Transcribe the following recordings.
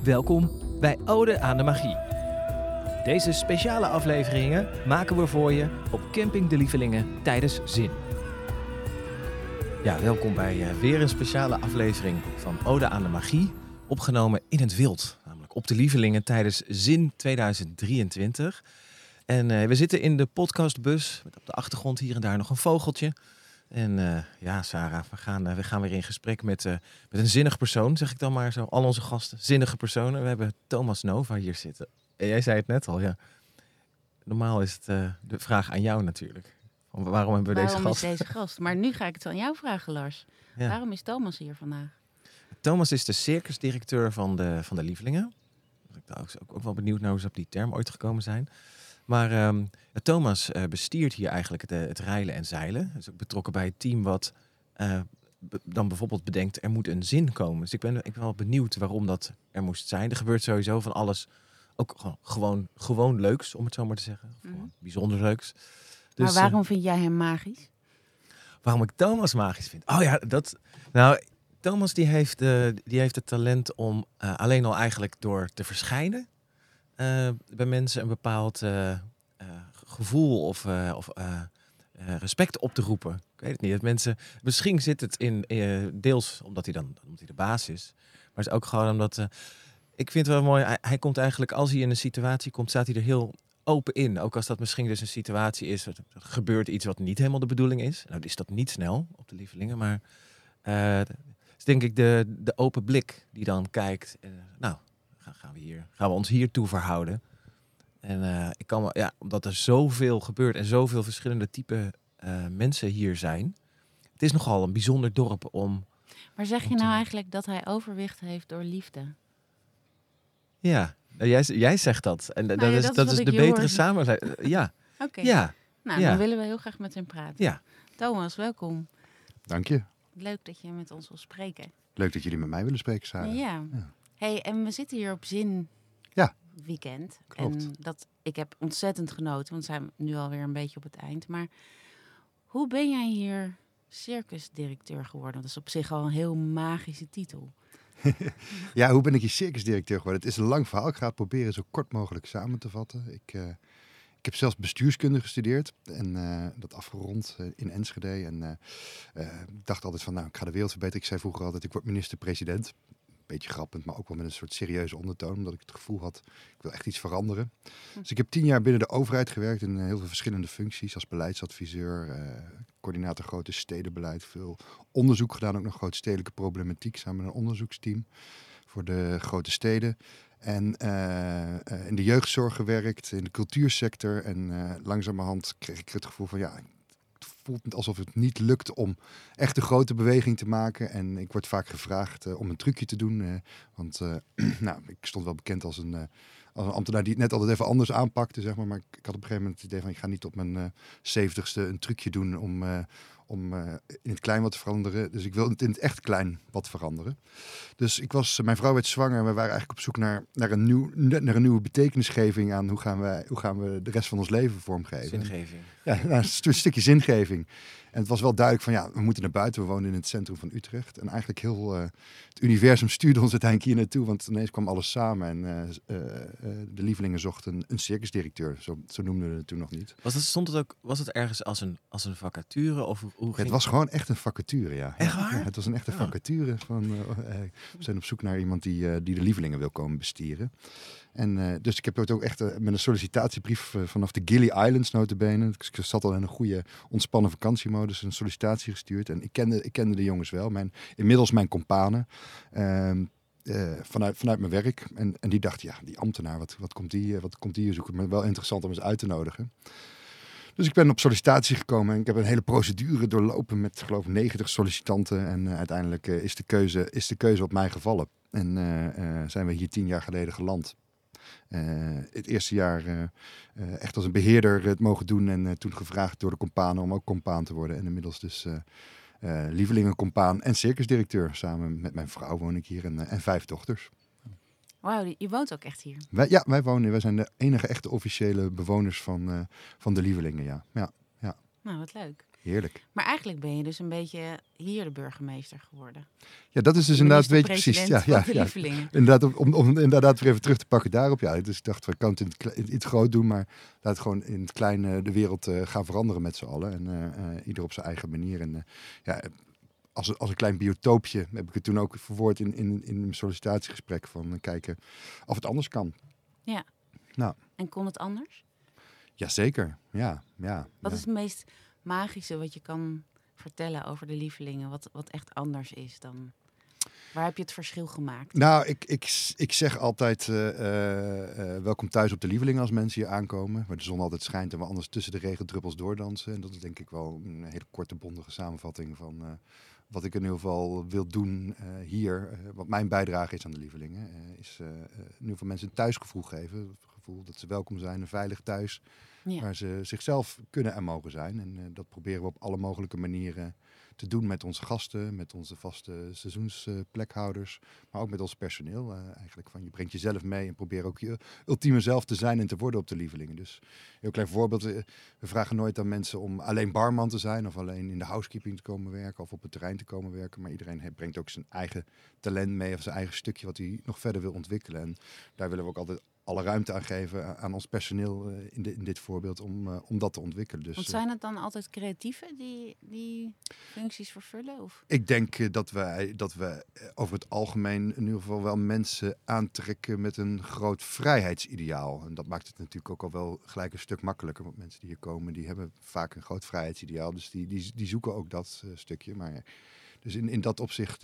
Welkom bij Ode aan de Magie. Deze speciale afleveringen maken we voor je op Camping de Lievelingen tijdens Zin. Ja, welkom bij weer een speciale aflevering van Ode aan de Magie, opgenomen in het wild, namelijk op de Lievelingen tijdens Zin 2023. En we zitten in de podcastbus, met op de achtergrond hier en daar nog een vogeltje. En ja, Sarah, we gaan weer in gesprek met een zinnig persoon, zeg ik dan maar zo. Al onze gasten, zinnige personen. We hebben Thomas Nova hier zitten. En jij zei het net al, ja. Normaal is het de vraag aan jou natuurlijk. Waarom hebben we deze gast? Waarom is deze gast? Maar nu ga ik het aan jou vragen, Lars. Ja. Waarom is Thomas hier vandaag? Thomas is de circusdirecteur van de Lievelingen. Ik ben ook wel benieuwd naar hoe ze op die term ooit gekomen zijn. Maar Thomas bestiert hier eigenlijk het rijlen en zeilen. Hij is ook betrokken bij het team wat dan bijvoorbeeld bedenkt, er moet een zin komen. Dus ik ben wel benieuwd waarom dat er moest zijn. Er gebeurt sowieso van alles, ook gewoon leuks, om het zo maar te zeggen. Of bijzonder leuks. Dus, maar waarom vind jij hem magisch? Waarom ik Thomas magisch vind? Oh ja, Nou, Thomas die heeft het talent om alleen al eigenlijk door te verschijnen bij mensen een bepaald gevoel of respect op te roepen. Ik weet het niet. Dat mensen, misschien zit het in deels omdat hij de baas is. Maar het is ook gewoon omdat ik vind het wel mooi. Hij komt eigenlijk, als hij in een situatie komt, staat hij er heel open in. Ook als dat misschien dus een situatie is, er gebeurt iets wat niet helemaal de bedoeling is. Nou is dat niet snel op de Lievelingen, maar is denk ik de open blik die dan kijkt. Nou, gaan we ons hiertoe verhouden. En omdat er zoveel gebeurt en zoveel verschillende type mensen hier zijn. Het is nogal een bijzonder dorp om... Maar zeg je nou eigenlijk dat hij overwicht heeft door liefde? Ja, jij zegt dat. En dat is de betere samenleving. Ja. Oké. Ja. Nou, dan willen we heel graag met hem praten. Ja. Thomas, welkom. Dank je. Leuk dat je met ons wil spreken. Leuk dat jullie met mij willen spreken, Sarah. Ja. Hey, en we zitten hier op Zin weekend. Klopt. En ik heb ontzettend genoten, want we zijn nu alweer een beetje op het eind. Maar hoe ben jij hier circusdirecteur geworden? Dat is op zich al een heel magische titel. Ja, hoe ben ik hier circusdirecteur geworden? Het is een lang verhaal. Ik ga het proberen zo kort mogelijk samen te vatten. Ik heb zelfs bestuurskunde gestudeerd en dat afgerond in Enschede. En dacht altijd van, ik ga de wereld verbeteren. Ik zei vroeger altijd, ik word minister-president. Beetje grappend, maar ook wel met een soort serieuze ondertoon. Omdat ik het gevoel had, ik wil echt iets veranderen. Dus ik heb 10 jaar binnen de overheid gewerkt in heel veel verschillende functies. Als beleidsadviseur, coördinator grote stedenbeleid. Veel onderzoek gedaan, ook nog grootstedelijke problematiek. Samen met een onderzoeksteam voor de grote steden. En in de jeugdzorg gewerkt, in de cultuursector. En langzamerhand kreeg ik het gevoel van, het voelt alsof het niet lukt om echt een grote beweging te maken. En ik word vaak gevraagd om een trucje te doen. Want ik stond wel bekend als een ambtenaar die het net altijd even anders aanpakte, zeg maar. Maar ik had op een gegeven moment het idee van, ik ga niet op mijn 70ste een trucje doen om in het klein wat te veranderen. Dus ik wil in het echt klein wat veranderen. Dus mijn vrouw werd zwanger en we waren eigenlijk op zoek naar een nieuwe betekenisgeving aan hoe gaan we de rest van ons leven vormgeven. Zingeving. Ja, een stukje zingeving. En het was wel duidelijk van, we moeten naar buiten. We wonen in het centrum van Utrecht. En eigenlijk heel het universum stuurde ons uiteindelijk hier naartoe. Want ineens kwam alles samen. En de Lievelingen zochten een circusdirecteur. Zo noemden we het toen nog niet. Was het ergens als een vacature? Of hoe ging het was gewoon echt een vacature, ja. Echt waar? Ja, het was een echte vacature. We zijn op zoek naar iemand die de Lievelingen wil komen bestieren. En dus ik heb het ook echt met een sollicitatiebrief vanaf de Gili Islands nota bene. Ik zat al in een goede ontspannen vakantiemodus, een sollicitatie gestuurd. En ik kende de jongens wel, inmiddels mijn companen, vanuit mijn werk. En die dacht, die ambtenaar, wat komt die hier zoeken? Maar wel interessant om eens uit te nodigen. Dus ik ben op sollicitatie gekomen en ik heb een hele procedure doorlopen met, geloof ik, 90 sollicitanten. En uiteindelijk is de keuze op mij gevallen. En zijn we hier 10 jaar geleden geland. Het eerste jaar echt als een beheerder het mogen doen en toen gevraagd door de companen om ook compaan te worden. En inmiddels dus Lievelingen-compaan en circusdirecteur. Samen met mijn vrouw woon ik hier en 5 dochters. Wauw, je woont ook echt hier? Wij wonen hier. Wij zijn de enige echte officiële bewoners van de Lievelingen, ja. Nou, wat leuk. Heerlijk. Maar eigenlijk ben je dus een beetje hier de burgemeester geworden. Ja, dat is dus inderdaad, weet je precies. Minister-president van de lievelingen. Inderdaad, om inderdaad weer even terug te pakken daarop. Ja, dus ik dacht, we kan het in het groot doen, maar laat gewoon in het klein de wereld gaan veranderen met z'n allen. En ieder op zijn eigen manier. En als een klein biotoopje heb ik het toen ook verwoord in mijn sollicitatiegesprek van kijken of het anders kan. Ja. Nou. En kon het anders? Jazeker, ja. Wat is het meest magische wat je kan vertellen over de lievelingen? Wat echt anders is dan... Waar heb je het verschil gemaakt? Nou, ik zeg altijd welkom thuis op de lievelingen als mensen hier aankomen. Waar de zon altijd schijnt en we anders tussen de regendruppels doordansen. En dat is denk ik wel een hele korte, bondige samenvatting van wat ik in ieder geval wil doen hier. Wat mijn bijdrage is aan de lievelingen. Is in ieder geval mensen een thuisgevoel geven. Het gevoel dat ze welkom zijn, een veilig thuis. Ja. Waar ze zichzelf kunnen en mogen zijn. En dat proberen we op alle mogelijke manieren te doen met onze gasten, met onze vaste seizoensplekhouders, maar ook met ons personeel. Eigenlijk van je brengt jezelf mee en probeer ook je ultieme zelf te zijn en te worden op de lievelingen. Dus een heel klein voorbeeld. We vragen nooit aan mensen om alleen barman te zijn of alleen in de housekeeping te komen werken of op het terrein te komen werken. Maar iedereen brengt ook zijn eigen talent mee of zijn eigen stukje wat hij nog verder wil ontwikkelen. En daar willen we ook altijd alle ruimte aan geven aan ons personeel in dit voorbeeld om dat te ontwikkelen. Dus, Want zijn het dan altijd creatieven die functies vervullen? Of? Ik denk dat we over het algemeen in ieder geval wel mensen aantrekken met een groot vrijheidsideaal. En dat maakt het natuurlijk ook al wel gelijk een stuk makkelijker. Want mensen die hier komen, die hebben vaak een groot vrijheidsideaal. Dus die zoeken ook dat stukje. Maar dus in dat opzicht...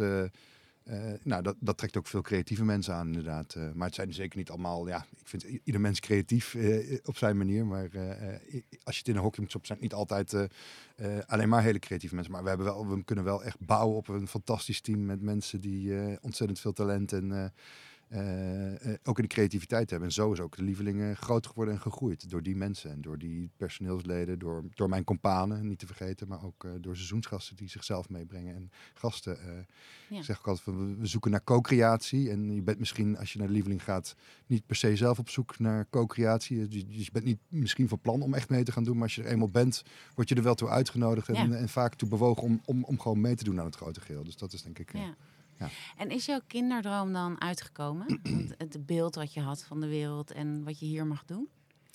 dat trekt ook veel creatieve mensen aan, inderdaad. Maar het zijn zeker niet allemaal... Ja, ik vind ieder mens creatief op zijn manier. Maar als je het in een hokje moet stoppen, zijn het niet altijd alleen maar hele creatieve mensen. Maar we kunnen wel echt bouwen op een fantastisch team met mensen die ontzettend veel talent en ook in de creativiteit hebben. En zo is ook de lievelingen groot geworden en gegroeid. Door die mensen en door die personeelsleden, door mijn companen, niet te vergeten. Maar ook door seizoensgasten die zichzelf meebrengen. En gasten, ik zeg ook altijd, we zoeken naar co-creatie. En je bent misschien, als je naar de lieveling gaat, niet per se zelf op zoek naar co-creatie. Dus je bent niet misschien van plan om echt mee te gaan doen. Maar als je er eenmaal bent, word je er wel toe uitgenodigd. En vaak toe bewogen om gewoon mee te doen aan het grote geheel. Dus dat is denk ik... Ja. En is jouw kinderdroom dan uitgekomen? Het beeld wat je had van de wereld en wat je hier mag doen?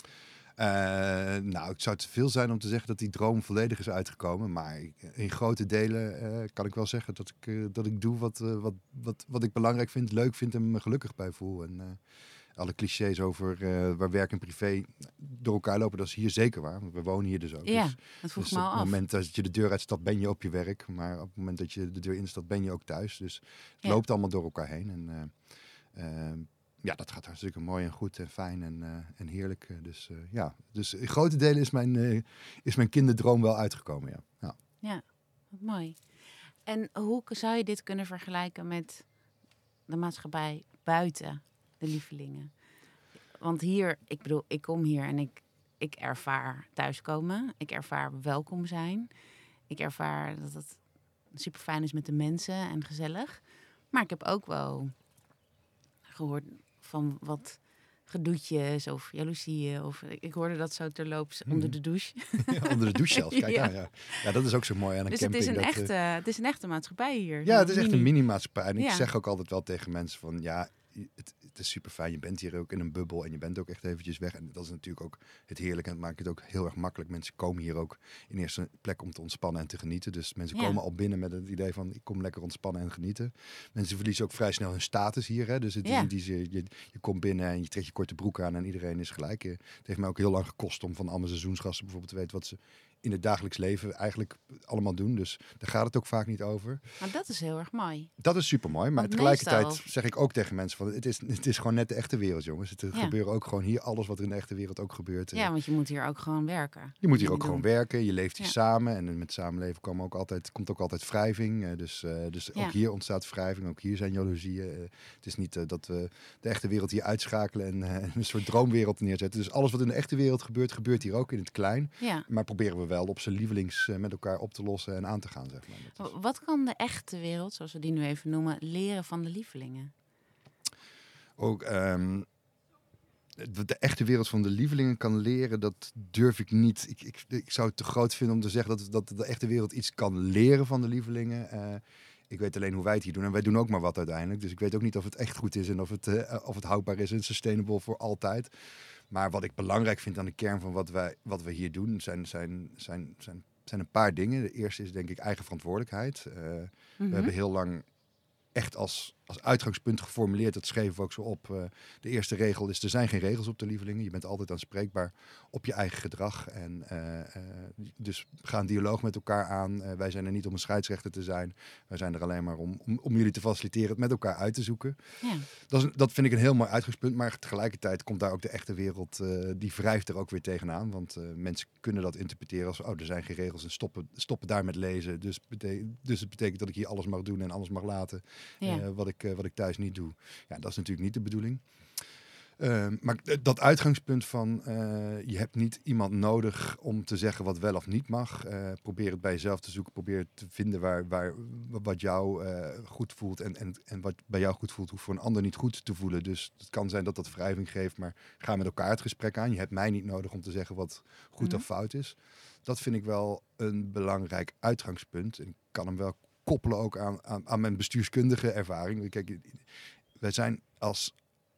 Nou, het zou te veel zijn om te zeggen dat die droom volledig is uitgekomen. Maar in grote delen kan ik wel zeggen dat ik doe wat ik belangrijk vind, leuk vind en me gelukkig bij voel. En alle clichés over waar werk en privé door elkaar lopen, dat is hier zeker waar. Want we wonen hier dus ook. Ja, dus, dat vroeg dus me al op af. het moment dat je de deur uitstapt, ben je op je werk. Maar op het moment dat je de deur instapt, ben je ook thuis. Dus het loopt allemaal door elkaar heen. En dat gaat hartstikke mooi en goed en fijn en heerlijk. Dus in grote delen is mijn kinderdroom wel uitgekomen, ja. Ja, wat mooi. En hoe zou je dit kunnen vergelijken met de maatschappij buiten de lievelingen? Want hier, ik kom hier en ik ervaar thuiskomen. Ik ervaar welkom zijn. Ik ervaar dat het super fijn is met de mensen en gezellig. Maar ik heb ook wel gehoord van wat gedoetjes of jaloezieën. Of ik hoorde dat zo terloops onder de douche. Ja, onder de douche zelfs, kijk aan. Ja, dat is ook zo mooi aan een dus camping. Het is een echte maatschappij hier. Ja, het is echt een mini-maatschappij. En ik Ja. zeg ook altijd wel tegen mensen van... Ja, het is super fijn. Je bent hier ook in een bubbel en je bent ook echt eventjes weg. En dat is natuurlijk ook het heerlijke. En het maakt het ook heel erg makkelijk. Mensen komen hier ook in eerste plek om te ontspannen en te genieten. Dus mensen komen al binnen met het idee van... ik kom lekker ontspannen en genieten. Mensen verliezen ook vrij snel hun status hier. Hè? Dus het is niet die je komt binnen en je trekt je korte broek aan en iedereen is gelijk. Het heeft mij ook heel lang gekost om van allemaal seizoensgasten bijvoorbeeld te weten wat ze in het dagelijks leven eigenlijk allemaal doen. Dus daar gaat het ook vaak niet over. Maar dat is heel erg mooi. Dat is super mooi. Maar Want tegelijkertijd meestal zeg ik ook tegen mensen van het is gewoon net de echte wereld, jongens. Het gebeuren ook gewoon hier alles wat er in de echte wereld ook gebeurt. Ja, want je moet hier ook gewoon werken. Je moet hier ook gewoon werken. Je leeft hier samen. En met samenleven komt ook altijd wrijving. Dus ook hier ontstaat wrijving. Ook hier zijn jaloezieën. Het is niet dat we de echte wereld hier uitschakelen en een soort droomwereld neerzetten. Dus alles wat in de echte wereld gebeurt, gebeurt hier ook in het klein. Ja. Maar proberen we wel op zijn lievelings met elkaar op te lossen en aan te gaan, zeg maar. Wat kan de echte wereld, zoals we die nu even noemen, leren van de lievelingen? Ook de echte wereld van de lievelingen kan leren, dat durf ik niet. Ik zou het te groot vinden om te zeggen dat de echte wereld iets kan leren van de lievelingen. Ik weet alleen hoe wij het hier doen. En wij doen ook maar wat uiteindelijk. Dus ik weet ook niet of het echt goed is en of het houdbaar is en sustainable voor altijd. Maar wat ik belangrijk vind aan de kern van wat we hier doen, zijn een paar dingen. De eerste is denk ik eigen verantwoordelijkheid. We hebben heel lang echt als uitgangspunt geformuleerd, dat schreven we ook zo op. De eerste regel is, er zijn geen regels op de lievelingen. Je bent altijd aanspreekbaar op je eigen gedrag. En dus ga een dialoog met elkaar aan. Wij zijn er niet om een scheidsrechter te zijn. Wij zijn er alleen maar om jullie te faciliteren, het met elkaar uit te zoeken. Ja. Dat vind ik een heel mooi uitgangspunt. Maar tegelijkertijd komt daar ook de echte wereld, die wrijft er ook weer tegenaan. Want mensen kunnen dat interpreteren als, er zijn geen regels en stoppen daar met lezen. Dus het betekent dat ik hier alles mag doen en alles mag laten. Ja. Wat ik thuis niet doe. Ja, dat is natuurlijk niet de bedoeling. Maar dat uitgangspunt van je hebt niet iemand nodig om te zeggen wat wel of niet mag. Probeer het bij jezelf te zoeken. Probeer te vinden wat jou goed voelt. En wat bij jou goed voelt, hoeft voor een ander niet goed te voelen. Dus het kan zijn dat dat wrijving geeft. Maar ga met elkaar het gesprek aan. Je hebt mij niet nodig om te zeggen wat goed of fout is. Dat vind ik wel een belangrijk uitgangspunt. En ik kan hem wel koppelen ook aan mijn bestuurskundige ervaring. Kijk, wij zijn als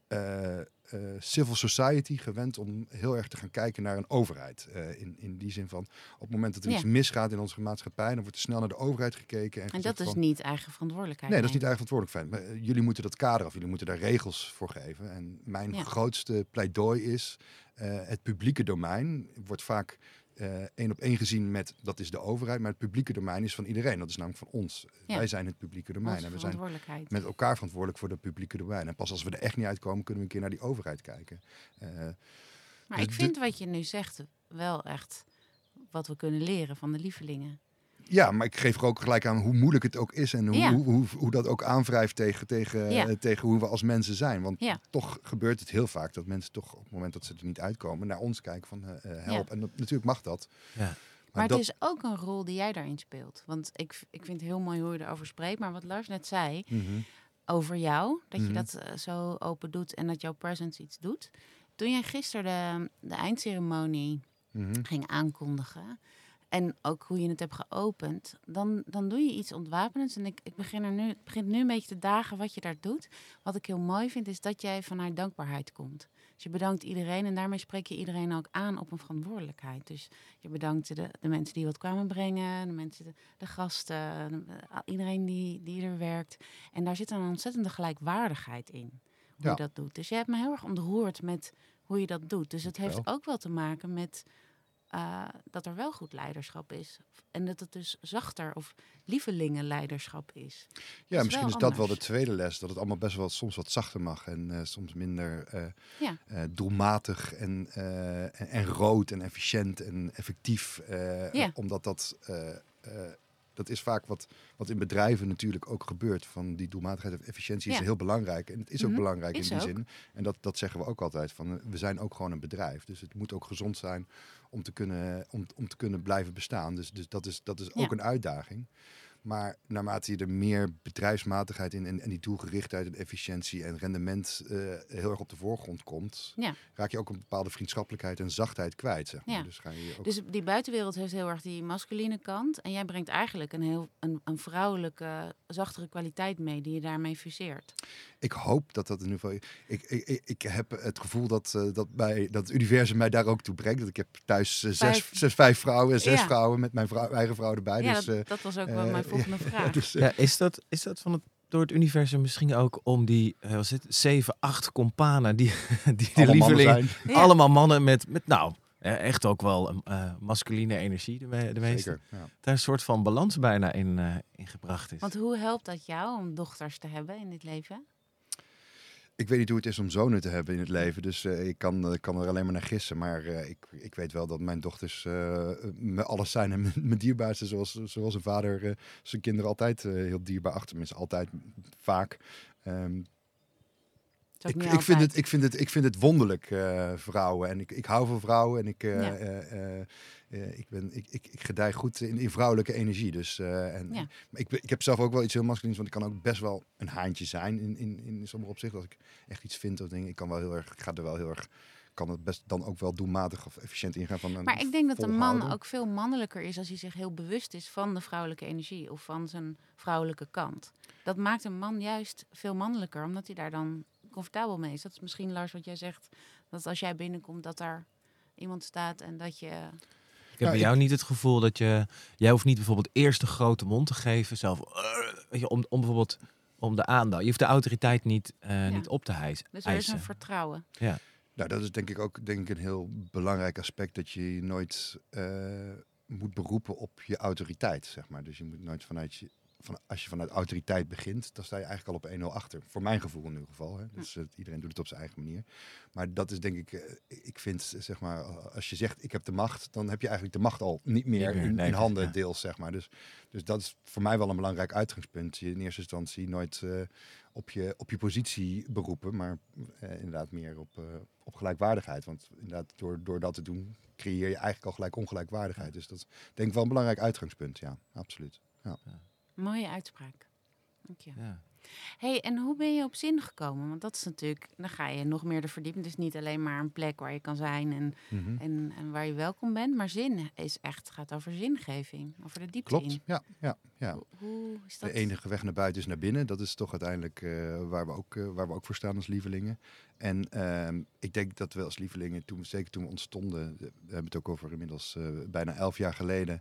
civil society gewend om heel erg te gaan kijken naar een overheid. In die zin van, op het moment dat er iets misgaat in onze maatschappij, dan wordt er snel naar de overheid gekeken. En dat is niet eigen verantwoordelijkheid. Nee, dat is niet eigen verantwoordelijkheid. Maar jullie moeten dat kader af, jullie moeten daar regels voor geven. En mijn grootste pleidooi is, het publieke domein wordt vaak 1 op 1 gezien met, dat is de overheid, maar het publieke domein is van iedereen. Dat is namelijk van ons. Ja. Wij zijn het publieke domein. En we zijn met elkaar verantwoordelijk voor dat publieke domein. En pas als we er echt niet uitkomen, kunnen we een keer naar die overheid kijken. Maar ik vind wat je nu zegt wel echt wat we kunnen leren van de lievelingen. Ja, maar ik geef er ook gelijk aan hoe moeilijk het ook is en hoe dat ook aanwrijft tegen hoe we als mensen zijn. Want toch gebeurt het heel vaak dat mensen toch op het moment dat ze er niet uitkomen naar ons kijken van help. En natuurlijk mag dat. Ja. Maar het is ook een rol die jij daarin speelt. Want ik vind het heel mooi hoe je erover spreekt. Maar wat Lars net zei over jou, dat je dat zo open doet en dat jouw presence iets doet. Toen jij gisteren de eindceremonie ging aankondigen en ook hoe je het hebt geopend, dan doe je iets ontwapenends. En het begint nu een beetje te dagen wat je daar doet. Wat ik heel mooi vind, is dat jij vanuit dankbaarheid komt. Dus je bedankt iedereen en daarmee spreek je iedereen ook aan op een verantwoordelijkheid. Dus je bedankt de mensen die wat kwamen brengen, de mensen, de gasten, iedereen die er werkt. En daar zit een ontzettende gelijkwaardigheid in, hoe je dat doet. Dus je hebt me heel erg ontroerd met hoe je dat doet. Dus het heeft ook wel te maken met dat er wel goed leiderschap is. En dat het dus zachter of lievelingenleiderschap is. Ja, misschien is dat wel de tweede les. Dat het allemaal best wel soms wat zachter mag. En soms minder doelmatig en rood en efficiënt en effectief. Omdat dat is vaak wat in bedrijven natuurlijk ook gebeurt. Van die doelmatigheid of efficiëntie is heel belangrijk. En het is ook belangrijk in die zin. En dat zeggen we ook altijd. Van, we zijn ook gewoon een bedrijf. Dus het moet ook gezond zijn om te kunnen blijven bestaan. Dus dat is ook een uitdaging. Maar naarmate je er meer bedrijfsmatigheid in en die doelgerichtheid en efficiëntie en rendement heel erg op de voorgrond komt, raak je ook een bepaalde vriendschappelijkheid en zachtheid kwijt. Zeg maar. Dus die buitenwereld heeft heel erg die masculine kant. En jij brengt eigenlijk een vrouwelijke, zachtere kwaliteit mee die je daarmee fuseert. Ik hoop dat in ieder geval. Ik heb het gevoel dat het universum mij daar ook toe brengt. Dat ik heb thuis 5 vrouwen en 6 vrouwen met mijn eigen vrouw erbij. Ja, dus, dat was ook wel mijn volgende vraag. Dus, is dat door het universum misschien ook om die 7, 8 companen die de lievelingen, allemaal mannen met echt ook wel masculine energie, de meeste. Zeker, daar een soort van balans bijna in gebracht is. Want hoe helpt dat jou om dochters te hebben in dit leven? Ik weet niet hoe het is om zonen te hebben in het leven, dus ik kan er alleen maar naar gissen. Maar ik weet wel dat mijn dochters me alles zijn en me dierbaarste, zoals een vader zijn kinderen altijd heel dierbaar achter. Tenminste, altijd vaak. is ook niet Ik vind het wonderlijk, vrouwen. En ik hou van vrouwen en ik gedij goed in vrouwelijke energie. Dus, maar ik heb zelf ook wel iets heel masculins, want ik kan ook best wel een haantje zijn in sommige opzichten. Als ik echt iets vind of dingen, ik ga er wel heel erg, kan het best dan ook wel doelmatig of efficiënt ingaan. Maar ik denk dat een man ook veel mannelijker is als hij zich heel bewust is van de vrouwelijke energie of van zijn vrouwelijke kant. Dat maakt een man juist veel mannelijker, omdat hij daar dan comfortabel mee is. Dat is misschien, Lars, wat jij zegt, dat als jij binnenkomt, dat daar iemand staat en dat je... Ik heb bij jou niet het gevoel dat jij hoeft niet bijvoorbeeld eerst een grote mond te geven, zelf, weet je, om bijvoorbeeld om de aandacht. Je hoeft de autoriteit niet op te hijsen. Dus er is een vertrouwen. Ja. Nou, dat is denk ik een heel belangrijk aspect, dat je nooit moet beroepen op je autoriteit, zeg maar. Dus je moet nooit als je vanuit autoriteit begint, dan sta je eigenlijk al op 1-0 achter. Voor mijn gevoel in ieder geval. Hè. Dus iedereen doet het op zijn eigen manier. Maar dat is denk ik vind, zeg maar, als je zegt ik heb de macht, dan heb je eigenlijk de macht al niet meer in handen deels, zeg maar. Dus dat is voor mij wel een belangrijk uitgangspunt. Je in eerste instantie nooit op je positie beroepen, maar inderdaad meer op gelijkwaardigheid. Want inderdaad, door dat te doen, creëer je eigenlijk al gelijk ongelijkwaardigheid. Dus dat is denk ik wel een belangrijk uitgangspunt, ja, absoluut. Ja. Mooie uitspraak. Dank je. Ja. Hey, en hoe ben je op zin gekomen? Want dat is natuurlijk, dan ga je nog meer de verdiepen. Dus niet alleen maar een plek waar je kan zijn en waar je welkom bent. Maar zin is echt, gaat over zingeving, over de diepte in. Klopt, ja. Hoe is dat? De enige weg naar buiten is naar binnen. Dat is toch uiteindelijk waar we ook voor staan als lievelingen. En ik denk dat we als lievelingen, zeker toen we ontstonden, we hebben het ook over inmiddels bijna 11 jaar geleden,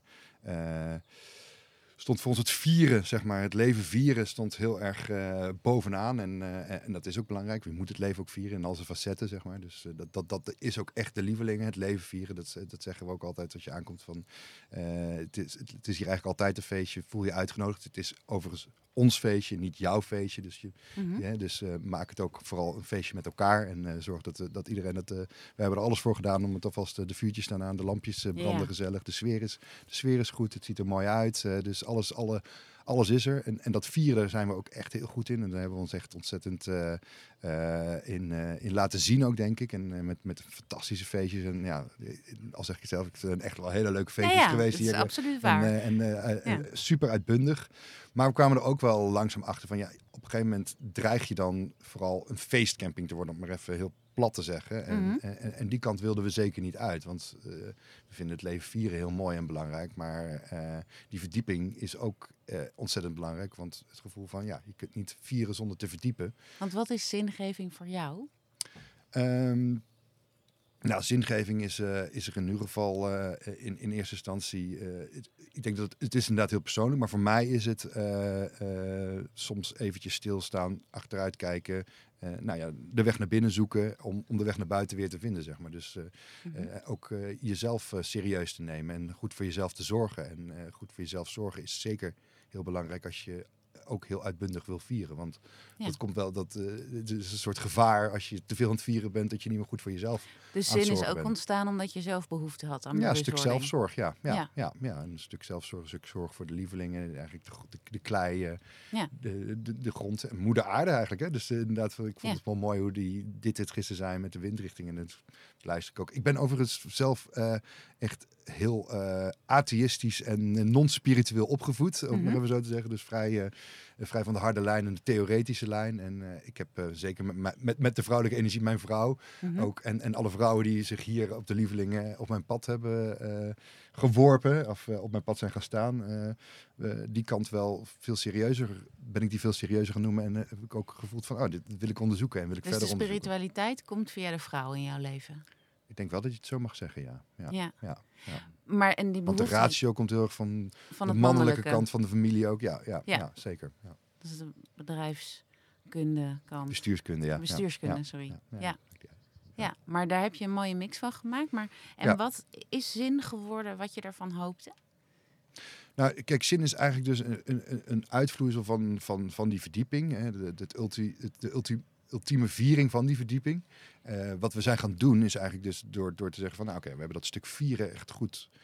stond voor ons het vieren, zeg maar, het leven vieren stond heel erg bovenaan. En dat is ook belangrijk. We moeten het leven ook vieren in al zijn facetten, zeg maar. Dus dat is ook echt de lievelingen, het leven vieren. Dat zeggen we ook altijd als je aankomt van... het is hier eigenlijk altijd een feestje. Voel je uitgenodigd. Het is overigens ons feestje, niet jouw feestje. Dus maak het ook vooral een feestje met elkaar. En zorg dat iedereen het... we hebben er alles voor gedaan om het alvast... de vuurtjes staan aan, de lampjes branden gezellig. De sfeer is goed, het ziet er mooi uit. Dus alles is er. En dat vieren zijn we ook echt heel goed in. En daar hebben we ons echt ontzettend in laten zien ook, denk ik. En met fantastische feestjes. En ja, al zeg ik het zelf, het zijn echt wel hele leuke feestjes geweest hier. Dat is absoluut waar. Super uitbundig. Maar we kwamen er ook wel langzaam achter van, ja, op een gegeven moment dreig je dan vooral een feestcamping te worden, om maar even heel plat te zeggen. En die kant wilden we zeker niet uit. Want we vinden het leven vieren heel mooi en belangrijk. Maar die verdieping is ook ontzettend belangrijk. Want het gevoel van, ja, je kunt niet vieren zonder te verdiepen. Want wat is zingeving voor jou? Zingeving is er in ieder geval in eerste instantie... ik denk dat het is inderdaad heel persoonlijk, maar voor mij is het soms eventjes stilstaan, achteruit kijken, de weg naar binnen zoeken om de weg naar buiten weer te vinden, zeg maar. Dus ook jezelf serieus te nemen en goed voor jezelf te zorgen. En goed voor jezelf zorgen is zeker heel belangrijk als je ook heel uitbundig wil vieren. Want dat komt wel, het is een soort gevaar als je te veel aan het vieren bent, dat je niet meer goed voor jezelf Dus zin is ook ontstaan omdat je zelf behoefte had aan een stuk zelfzorg, ja. Een stuk zelfzorg, een stuk zorg voor de lievelingen, eigenlijk de klei, de grond en moeder aarde eigenlijk. Hè? Dus inderdaad, ik vond het wel mooi hoe dit het gisteren zijn met de windrichtingen. En dat luister ik ook. Ik ben overigens zelf echt heel atheïstisch en non-spiritueel opgevoed, om maar even zo te zeggen. Dus vrij van de harde lijn en de theoretische lijn. En ik heb zeker met de vrouwelijke energie, mijn vrouw ook, en alle vrouwen die zich hier op de lievelingen op mijn pad hebben geworpen, of op mijn pad zijn gaan staan, die kant wel veel serieuzer, ben ik die veel serieuzer gaan noemen. En heb ik ook gevoeld van, dit wil ik onderzoeken en wil ik dus verder onderzoeken. Dus de spiritualiteit komt via de vrouw in jouw leven? Ik denk wel dat je het zo mag zeggen, ja. Maar en die behoefte... Want de ratio komt heel erg van de mannelijke kant van de familie ook. Ja, zeker. Ja. Dat is de bedrijfskunde kant. Bestuurskunde, sorry. Ja, maar daar heb je een mooie mix van gemaakt. Wat is zin geworden wat je ervan hoopte? Nou, kijk, zin is eigenlijk dus een uitvloeisel van die verdieping. Hè, de ultieme viering van die verdieping. Wat we zijn gaan doen is eigenlijk dus door te zeggen van, we hebben dat stuk vieren echt goed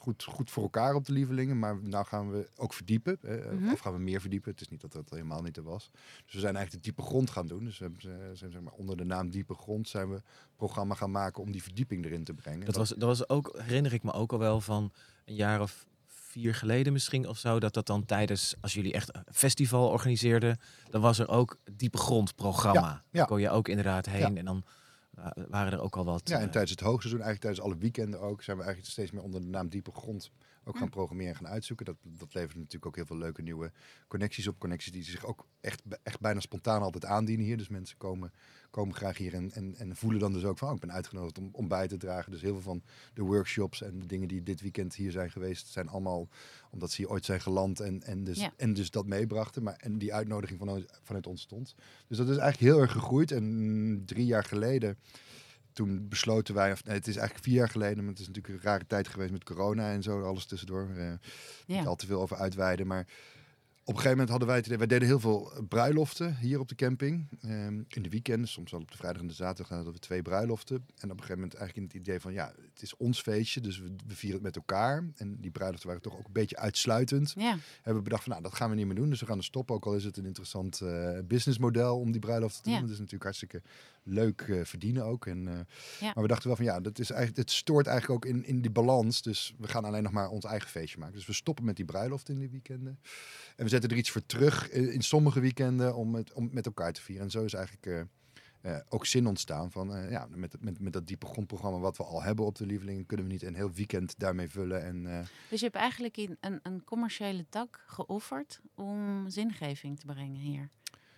goed voor elkaar op de lievelingen. Maar nou gaan we ook verdiepen. Of gaan we meer verdiepen. Het is niet dat dat helemaal niet er was. Dus we zijn eigenlijk de diepe grond gaan doen. Dus we zijn, zeg maar, onder de naam Diepe Grond zijn we een programma gaan maken om die verdieping erin te brengen. Dat was ook, herinner ik me ook al wel van een jaar of 4 geleden misschien of zo, dat dan tijdens, als jullie echt een festival organiseerden, dan was er ook Diepe Grond programma. Ja. Daar kon je ook inderdaad heen Ja. en dan waren er ook al wat... Ja, en tijdens het hoogseizoen, eigenlijk tijdens alle weekenden ook, zijn we eigenlijk steeds meer onder de naam Diepe Grond ook gaan programmeren en gaan uitzoeken. Dat levert natuurlijk ook heel veel leuke nieuwe connecties op. Connecties die zich ook echt bijna spontaan altijd aandienen hier. Dus mensen komen graag hier en voelen dan dus ook van, ik ben uitgenodigd om bij te dragen. Dus heel veel van de workshops en de dingen die dit weekend hier zijn geweest, zijn allemaal omdat ze hier ooit zijn geland en dus dat meebrachten. En die uitnodiging vanuit ons stond. Dus dat is eigenlijk heel erg gegroeid. En 3 jaar geleden, toen besloten wij, het is eigenlijk 4 jaar geleden, maar het is natuurlijk een rare tijd geweest met corona en zo, alles tussendoor. Niet al te veel over uitweiden, maar op een gegeven moment hadden wij het idee, wij deden heel veel bruiloften hier op de camping. In de weekenden, soms wel op de vrijdag en de zaterdag hadden we 2 bruiloften. En op een gegeven moment eigenlijk in het idee van, het is ons feestje, dus we vieren het met elkaar. En die bruiloften waren toch ook een beetje uitsluitend. Ja. Hebben we bedacht van, dat gaan we niet meer doen, dus we gaan er stoppen. Ook al is het een interessant businessmodel om die bruiloften te doen. Het is natuurlijk hartstikke leuk verdienen ook. Maar we dachten wel van, dat is eigenlijk, het stoort eigenlijk ook in die balans. Dus we gaan alleen nog maar ons eigen feestje maken. Dus we stoppen met die bruiloft in die weekenden. En we zetten er iets voor terug in sommige weekenden om met elkaar te vieren. En zo is eigenlijk ook zin ontstaan van, met dat diepe grondprogramma wat we al hebben op de lievelingen, kunnen we niet een heel weekend daarmee vullen. Dus je hebt eigenlijk een commerciële tak geofferd om zingeving te brengen hier.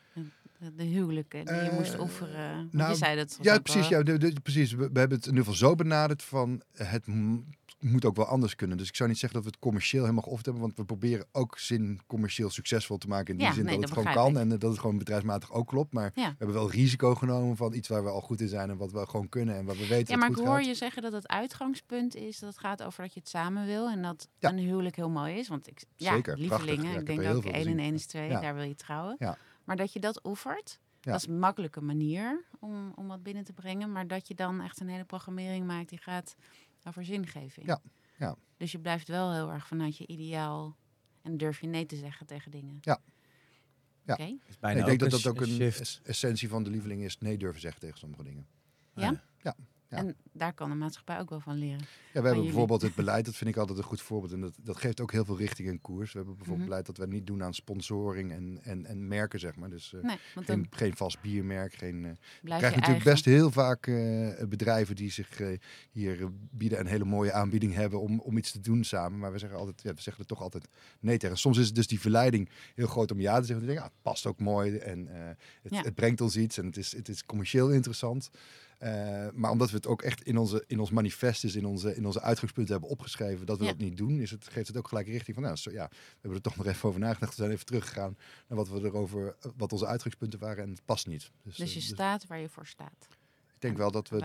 De huwelijken die je moest offeren. Je zei dat. Ja, precies. Precies. We hebben het in ieder geval zo benaderd van het moet ook wel anders kunnen. Dus ik zou niet zeggen dat we het commercieel helemaal geofferd hebben, want we proberen ook zin commerciëel succesvol te maken in die zin dat het gewoon kan en dat het gewoon bedrijfsmatig ook klopt. Maar we hebben wel risico genomen van iets waar we al goed in zijn en wat we gewoon kunnen en wat we weten. Ja, maar ik hoor je zeggen dat het uitgangspunt is dat het gaat over dat je het samen wil en dat een huwelijk heel mooi is. Want zeker, lievelingen, prachtig. ik denk ook 1 en 1 is 2, daar wil je trouwen. Ja. Maar dat je dat offert, dat is een makkelijke manier om wat binnen te brengen. Maar dat je dan echt een hele programmering maakt die gaat over zingeving. Ja. Dus je blijft wel heel erg vanuit je ideaal en durf je nee te zeggen tegen dingen. Ja. Okay. Ik denk dat dat ook een essentie van de lieveling is, nee durven zeggen tegen sommige dingen. Ja? Ja. En daar kan de maatschappij ook wel van leren. Ja, we hebben bijvoorbeeld het beleid, dat vind ik altijd een goed voorbeeld. En dat geeft ook heel veel richting en koers. We hebben bijvoorbeeld beleid dat we niet doen aan sponsoring en merken, zeg maar. Dus geen vast biermerk. We krijgen natuurlijk best heel vaak bedrijven die zich hier bieden en een hele mooie aanbieding hebben om iets te doen samen. Maar we zeggen er toch altijd nee tegen. Soms is het dus die verleiding heel groot om ja te zeggen. We denken, het past ook mooi en het brengt ons iets en het is commercieel interessant. Maar omdat we het ook echt in ons manifest, dus in onze uitgangspunten hebben opgeschreven dat we dat niet doen, geeft het ook gelijk richting van, we hebben er toch nog even over nagedacht. We zijn even teruggegaan naar wat onze uitgangspunten waren en het past niet. Dus je staat waar je voor staat. Ik denk wel dat we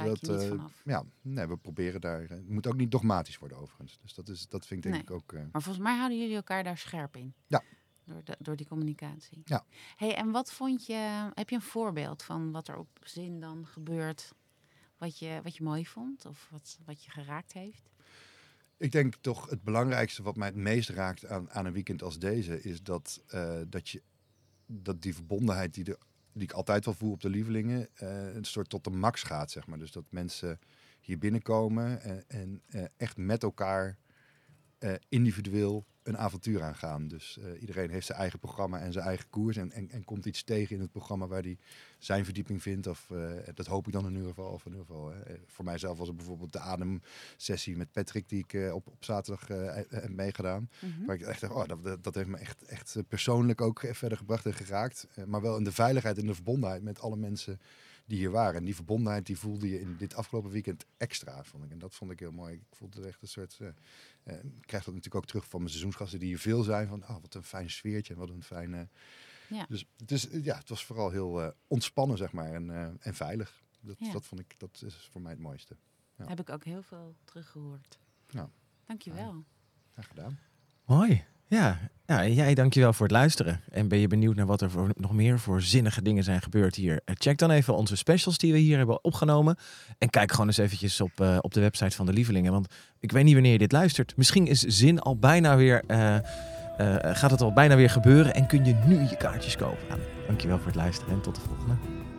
we proberen daar. Het moet ook niet dogmatisch worden overigens. Dus dat vind ik denk ik ook. Maar volgens mij houden jullie elkaar daar scherp in. Ja. Door die communicatie. Ja. Hey, en wat vond je? Heb je een voorbeeld van wat er op zin dan gebeurt? Wat je mooi vond of wat je geraakt heeft? Ik denk toch het belangrijkste wat mij het meest raakt aan een weekend als deze is dat die verbondenheid die ik altijd wel voel op de lievelingen een soort tot de max gaat, zeg maar. Dus dat mensen hier binnenkomen en echt met elkaar individueel een avontuur aangaan. Dus iedereen heeft zijn eigen programma en zijn eigen koers en komt iets tegen in het programma waar hij zijn verdieping vindt. Of dat hoop ik dan in ieder geval. Of in ieder geval voor mijzelf was het bijvoorbeeld de ademsessie met Patrick die ik op zaterdag heb meegedaan. Mm-hmm. Waar ik echt dacht, dat heeft me echt persoonlijk ook verder gebracht en geraakt. Maar wel in de veiligheid en de verbondenheid met alle mensen die hier waren. En die verbondenheid die voelde je in dit afgelopen weekend extra, vond ik. En dat vond ik heel mooi. Ik voelde het echt een soort... ik krijg dat natuurlijk ook terug van mijn seizoensgasten die hier veel zijn. Van, wat een fijn sfeertje en wat een fijne... Dus het was vooral heel ontspannen, zeg maar. En veilig. Dat is voor mij het mooiste. Ja. Heb ik ook heel veel teruggehoord. Ja. Dankjewel. Graag gedaan. Mooi. Ja, Ja, en jij dankjewel voor het luisteren. En ben je benieuwd naar wat er nog meer voor zinnige dingen zijn gebeurd hier? Check dan even onze specials die we hier hebben opgenomen. En kijk gewoon eens eventjes op de website van de Lievelingen. Want ik weet niet wanneer je dit luistert. Misschien is Zin al bijna weer... gaat het al bijna weer gebeuren en kun je nu je kaartjes kopen. Nou, dankjewel voor het luisteren en tot de volgende.